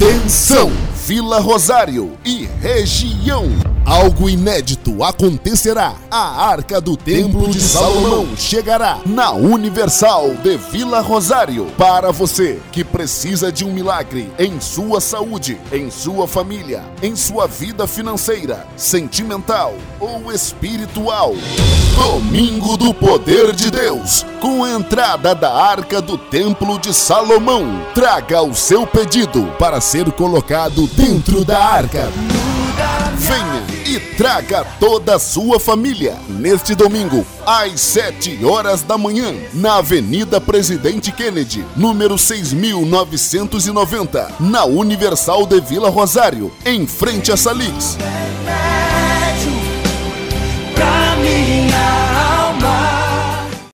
Atenção, Vila Rosário e região. Algo inédito acontecerá. A Arca do Templo de Salomão chegará na Universal de Vila Rosário. Para você que precisa de um milagre em sua saúde, em sua família, em sua vida financeira, sentimental ou espiritual. Domingo do Poder de Deus, com a entrada da Arca do Templo de Salomão. Traga o seu pedido para ser colocado dentro da Arca. Venha e traga toda a sua família neste domingo, às 7 horas da manhã, na Avenida Presidente Kennedy, número 6.990, na Universal de Vila Rosário, em frente a Salix.